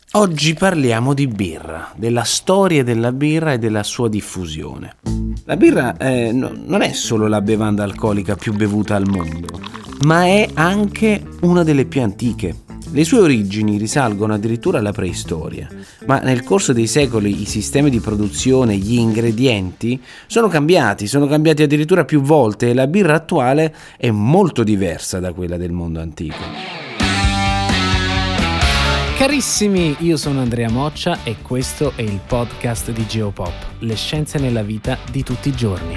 Oggi parliamo di birra, della storia della birra e della sua diffusione. La birra non è solo la bevanda alcolica più bevuta al mondo, ma è anche una delle più antiche. Le sue origini risalgono addirittura alla preistoria, ma nel corso dei secoli i sistemi di produzione, gli ingredienti sono cambiati addirittura più volte e la birra attuale è molto diversa da quella del mondo antico. Carissimi, io sono Andrea Moccia e questo è il podcast di Geopop, le scienze nella vita di tutti i giorni.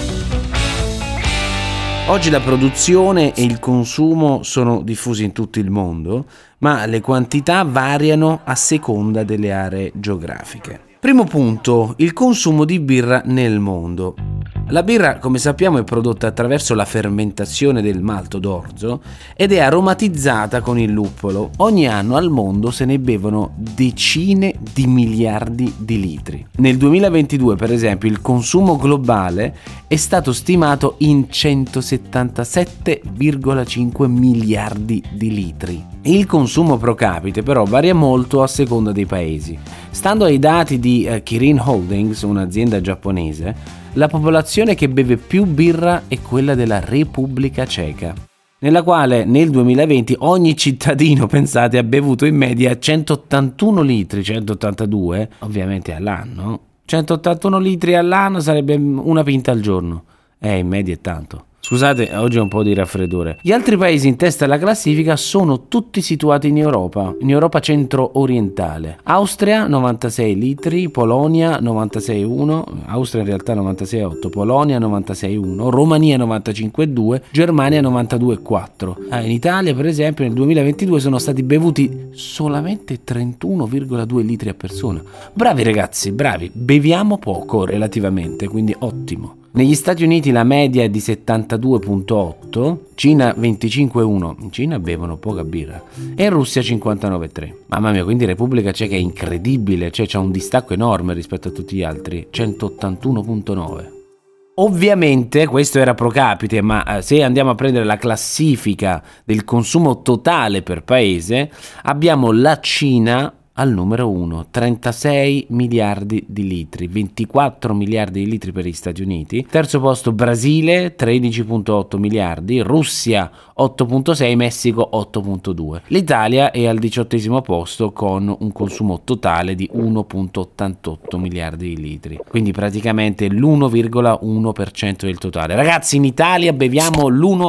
Oggi la produzione e il consumo sono diffusi in tutto il mondo, ma le quantità variano a seconda delle aree geografiche. Primo punto, il consumo di birra nel mondo. La birra, come sappiamo, è prodotta attraverso la fermentazione del malto d'orzo ed è aromatizzata con il luppolo. Ogni anno al mondo se ne bevono decine di miliardi di litri. Nel 2022, per esempio, il consumo globale è stato stimato in 177,5 miliardi di litri. Il consumo pro capite però varia molto a seconda dei paesi. Stando ai dati di Kirin Holdings, un'azienda giapponese, la popolazione che beve più birra è quella della Repubblica Ceca, nella quale nel 2020 ogni cittadino, pensate, ha bevuto in media 181 litri, 182 ovviamente all'anno. 181 litri all'anno sarebbe una pinta al giorno. In media è tanto. Scusate, oggi ho un po' di raffreddore. Gli altri paesi in testa alla classifica sono tutti situati in Europa centro-orientale. Austria 96 litri, Polonia 96,1, Austria in realtà 96,8, Polonia 96,1, Romania 95,2, Germania 92,4. In Italia, per esempio, nel 2022 sono stati bevuti solamente 31,2 litri a persona. Bravi ragazzi, bravi, beviamo poco relativamente, quindi ottimo. Negli Stati Uniti la media è di 72,8, Cina 25,1, in Cina bevono poca birra, e in Russia 59,3. Mamma mia, quindi Repubblica Ceca è incredibile, c'è un distacco enorme rispetto a tutti gli altri, 181,9. Ovviamente questo era pro capite, ma se andiamo a prendere la classifica del consumo totale per paese, abbiamo la Cina al numero 1, 36 miliardi di litri, 24 miliardi di litri per gli Stati Uniti. Terzo posto Brasile, 13,8 miliardi, Russia 8,6, Messico 8,2. L'Italia è al 18° posto con un consumo totale di 1,88 miliardi di litri, quindi praticamente l'1,1% del totale. Ragazzi, in Italia beviamo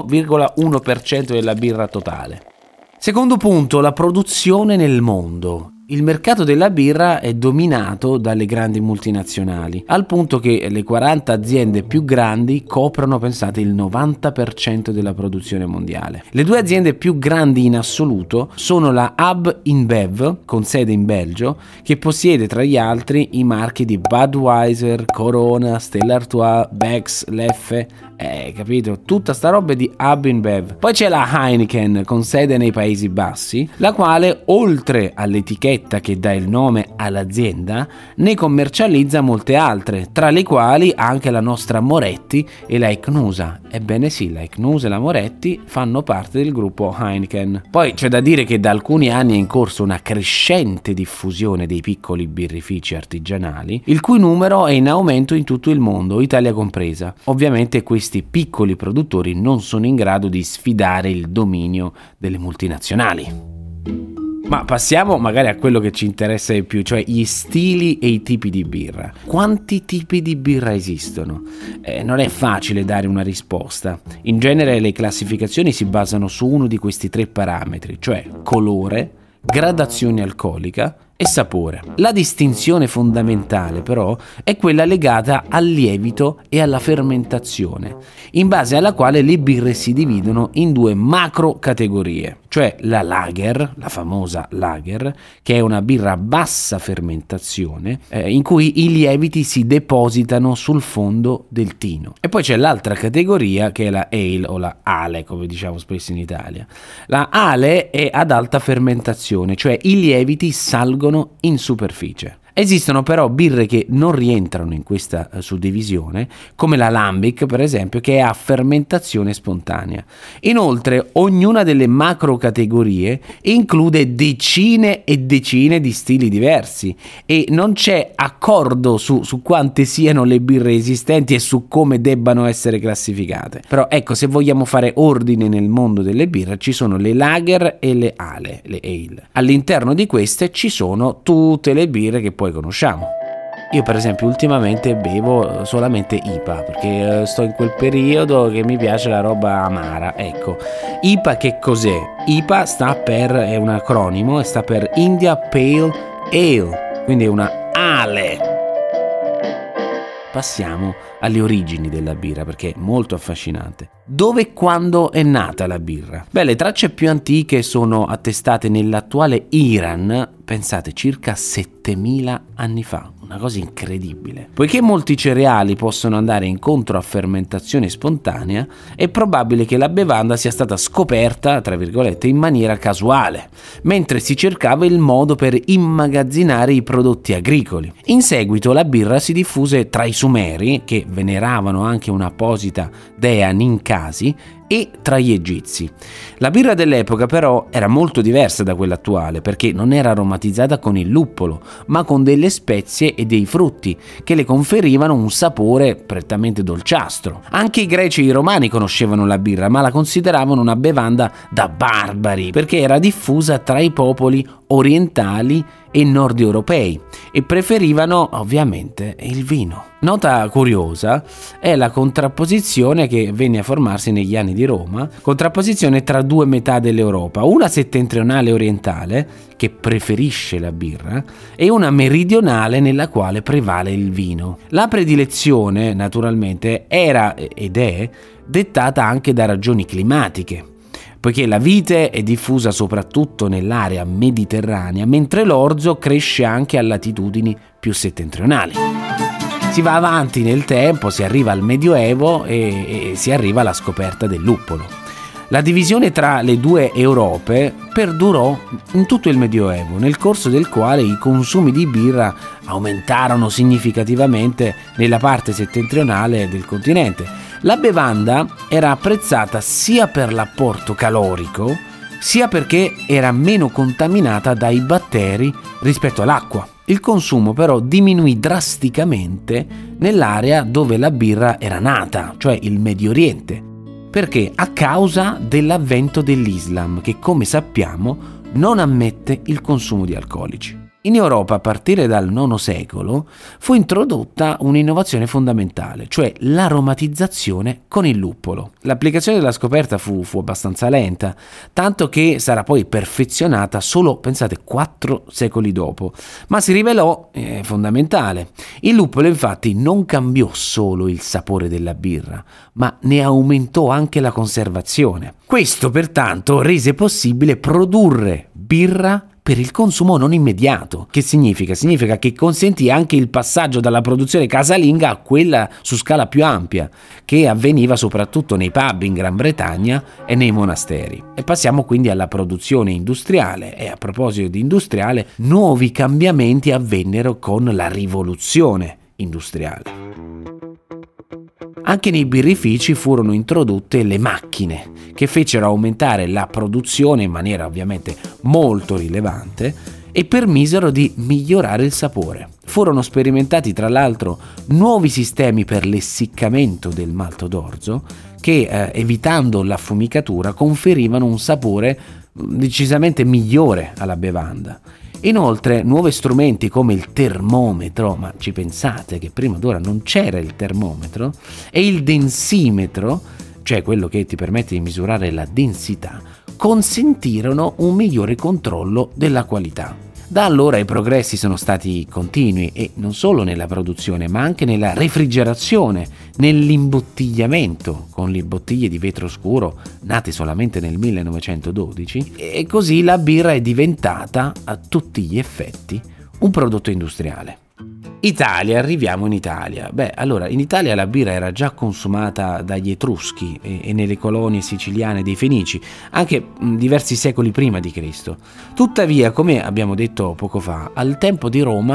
l'1,1% della birra totale. Secondo punto, la produzione nel mondo. Il mercato della birra è dominato dalle grandi multinazionali, al punto che le 40 aziende più grandi coprono, pensate, il 90% della produzione mondiale. Le due aziende più grandi in assoluto sono la AB InBev, con sede in Belgio, che possiede tra gli altri i marchi di Budweiser, Corona, Stella Artois, Beck's, Leffe, capito? Tutta sta roba di AB InBev. Poi c'è la Heineken, con sede nei Paesi Bassi, la quale, oltre all'etichetta che dà il nome all'azienda, ne commercializza molte altre, tra le quali anche la nostra Moretti e la Icnusa. Ebbene sì, la Icnusa e la Moretti fanno parte del gruppo Heineken. Poi c'è da dire che da alcuni anni è in corso una crescente diffusione dei piccoli birrifici artigianali, il cui numero è in aumento in tutto il mondo, Italia compresa. Ovviamente questi piccoli produttori non sono in grado di sfidare il dominio delle multinazionali. Ma passiamo magari a quello che ci interessa di più, cioè gli stili e i tipi di birra. Quanti tipi di birra esistono? Non è facile dare una risposta. In genere le classificazioni si basano su uno di questi 3 parametri, cioè colore, gradazione alcolica e sapore. La distinzione fondamentale però è quella legata al lievito e alla fermentazione, in base alla quale le birre si dividono in 2 macro categorie, cioè la lager, la famosa lager, che è una birra a bassa fermentazione, in cui i lieviti si depositano sul fondo del tino. E poi c'è l'altra categoria che è la ale o la ale, come diciamo spesso in Italia. La ale è ad alta fermentazione, cioè i lieviti salgono in superficie. Esistono però birre che non rientrano in questa suddivisione, come la Lambic per esempio, che è a fermentazione spontanea. Inoltre ognuna delle macro categorie include decine e decine di stili diversi e non c'è accordo su quante siano le birre esistenti e su come debbano essere classificate. Però ecco, se vogliamo fare ordine nel mondo delle birre, ci sono le lager e le ale. All'interno di queste ci sono tutte le birre che poi conosciamo. Io per esempio ultimamente bevo solamente IPA perché sto in quel periodo che mi piace la roba amara. Ecco, IPA che cos'è? IPA è un acronimo e sta per India Pale Ale, quindi è una ale. Passiamo alle origini della birra perché è molto affascinante. Dove e quando è nata la birra? Beh, le tracce più antiche sono attestate nell'attuale Iran, pensate, circa 7000 anni fa. Una cosa incredibile. Poiché molti cereali possono andare incontro a fermentazione spontanea, è probabile che la bevanda sia stata scoperta, tra virgolette, in maniera casuale, mentre si cercava il modo per immagazzinare i prodotti agricoli. In seguito la birra si diffuse tra i Sumeri, che veneravano anche un'apposita dea Ninkasi, e tra gli egizi. La birra dell'epoca però era molto diversa da quella attuale perché non era aromatizzata con il luppolo, ma con delle spezie e dei frutti che le conferivano un sapore prettamente dolciastro. Anche i greci e i romani conoscevano la birra, ma la consideravano una bevanda da barbari perché era diffusa tra i popoli orientali e nord europei e preferivano ovviamente il vino. Nota curiosa è la contrapposizione che venne a formarsi negli anni di Roma, contrapposizione tra due metà dell'Europa, una settentrionale orientale che preferisce la birra e una meridionale nella quale prevale il vino. La predilezione naturalmente era ed è dettata anche da ragioni climatiche, poiché la vite è diffusa soprattutto nell'area mediterranea, mentre l'orzo cresce anche a latitudini più settentrionali. Si va avanti nel tempo, si arriva al Medioevo e si arriva alla scoperta del luppolo. La divisione tra le due Europe perdurò in tutto il Medioevo, nel corso del quale i consumi di birra aumentarono significativamente nella parte settentrionale del continente. La bevanda era apprezzata sia per l'apporto calorico, sia perché era meno contaminata dai batteri rispetto all'acqua. Il consumo però diminuì drasticamente nell'area dove la birra era nata, cioè il Medio Oriente, perché a causa dell'avvento dell'Islam, che come sappiamo non ammette il consumo di alcolici. In Europa, a partire dal IX secolo, fu introdotta un'innovazione fondamentale, cioè l'aromatizzazione con il luppolo. L'applicazione della scoperta fu abbastanza lenta, tanto che sarà poi perfezionata solo, pensate, 4 secoli dopo, ma si rivelò fondamentale. Il luppolo infatti non cambiò solo il sapore della birra, ma ne aumentò anche la conservazione. Questo pertanto rese possibile produrre birra per il consumo non immediato. Che significa? Significa che consentì anche il passaggio dalla produzione casalinga a quella su scala più ampia, che avveniva soprattutto nei pub in Gran Bretagna e nei monasteri. E passiamo quindi alla produzione industriale. E a proposito di industriale, nuovi cambiamenti avvennero con la rivoluzione industriale. Anche nei birrifici furono introdotte le macchine che fecero aumentare la produzione in maniera ovviamente molto rilevante e permisero di migliorare il sapore. Furono sperimentati tra l'altro nuovi sistemi per l'essiccamento del malto d'orzo che, evitando l'affumicatura, conferivano un sapore decisamente migliore alla bevanda. Inoltre nuovi strumenti come il termometro, ma ci pensate che prima d'ora non c'era il termometro, e il densimetro, cioè quello che ti permette di misurare la densità, consentirono un migliore controllo della qualità. Da allora i progressi sono stati continui e non solo nella produzione ma anche nella refrigerazione, nell'imbottigliamento con le bottiglie di vetro scuro nate solamente nel 1912 e così la birra è diventata a tutti gli effetti un prodotto industriale. Italia, arriviamo in Italia. Allora, in Italia la birra era già consumata dagli Etruschi e nelle colonie siciliane dei Fenici, anche diversi secoli prima di Cristo. Tuttavia, come abbiamo detto poco fa, al tempo di Roma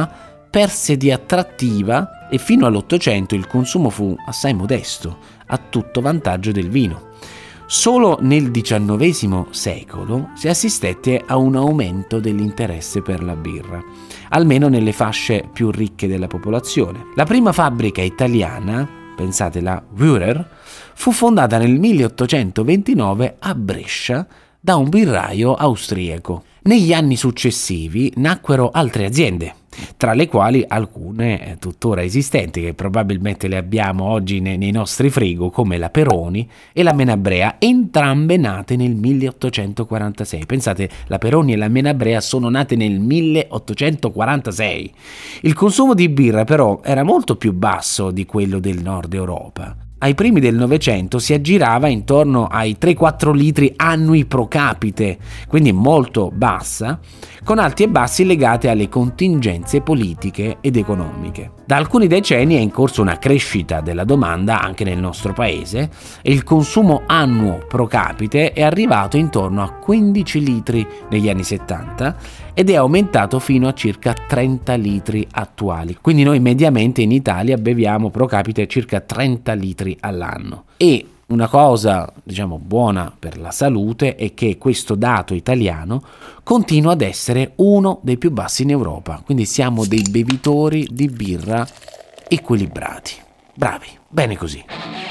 perse di attrattiva e fino all'Ottocento il consumo fu assai modesto, a tutto vantaggio del vino. Solo nel XIX secolo si assistette a un aumento dell'interesse per la birra, almeno nelle fasce più ricche della popolazione. La prima fabbrica italiana, pensate la Wöhrer, fu fondata nel 1829 a Brescia da un birraio austriaco. Negli anni successivi nacquero altre aziende, tra le quali alcune tuttora esistenti, che probabilmente le abbiamo oggi nei nostri frigo, come la Peroni e la Menabrea, entrambe nate nel 1846. Pensate, la Peroni e la Menabrea sono nate nel 1846. Il consumo di birra però era molto più basso di quello del nord Europa. Ai primi del Novecento si aggirava intorno ai 3-4 litri annui pro capite, quindi molto bassa, con alti e bassi legati alle contingenze politiche ed economiche. Da alcuni decenni è in corso una crescita della domanda anche nel nostro paese e il consumo annuo pro capite è arrivato intorno a 15 litri negli anni 70 ed è aumentato fino a circa 30 litri attuali. Quindi noi mediamente in Italia beviamo pro capite circa 30 litri all'anno. E una cosa, buona per la salute è che questo dato italiano continua ad essere uno dei più bassi in Europa. Quindi siamo dei bevitori di birra equilibrati. Bravi, bene così.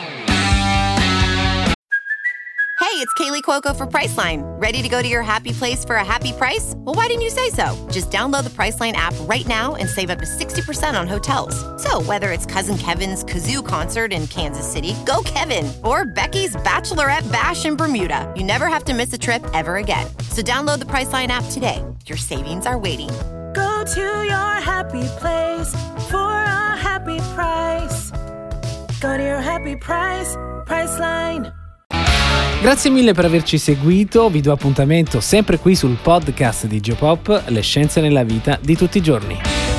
Hey, it's Kaylee Cuoco for Priceline. Ready to go to your happy place for a happy price? Well, why didn't you say so? Just download the Priceline app right now and save up to 60% on hotels. So whether it's Cousin Kevin's Kazoo Concert in Kansas City, go Kevin, or Becky's Bachelorette Bash in Bermuda, you never have to miss a trip ever again. So download the Priceline app today. Your savings are waiting. Go to your happy place for a happy price. Go to your happy price, Priceline. Grazie mille per averci seguito, vi do appuntamento sempre qui sul podcast di Geopop, le scienze nella vita di tutti i giorni.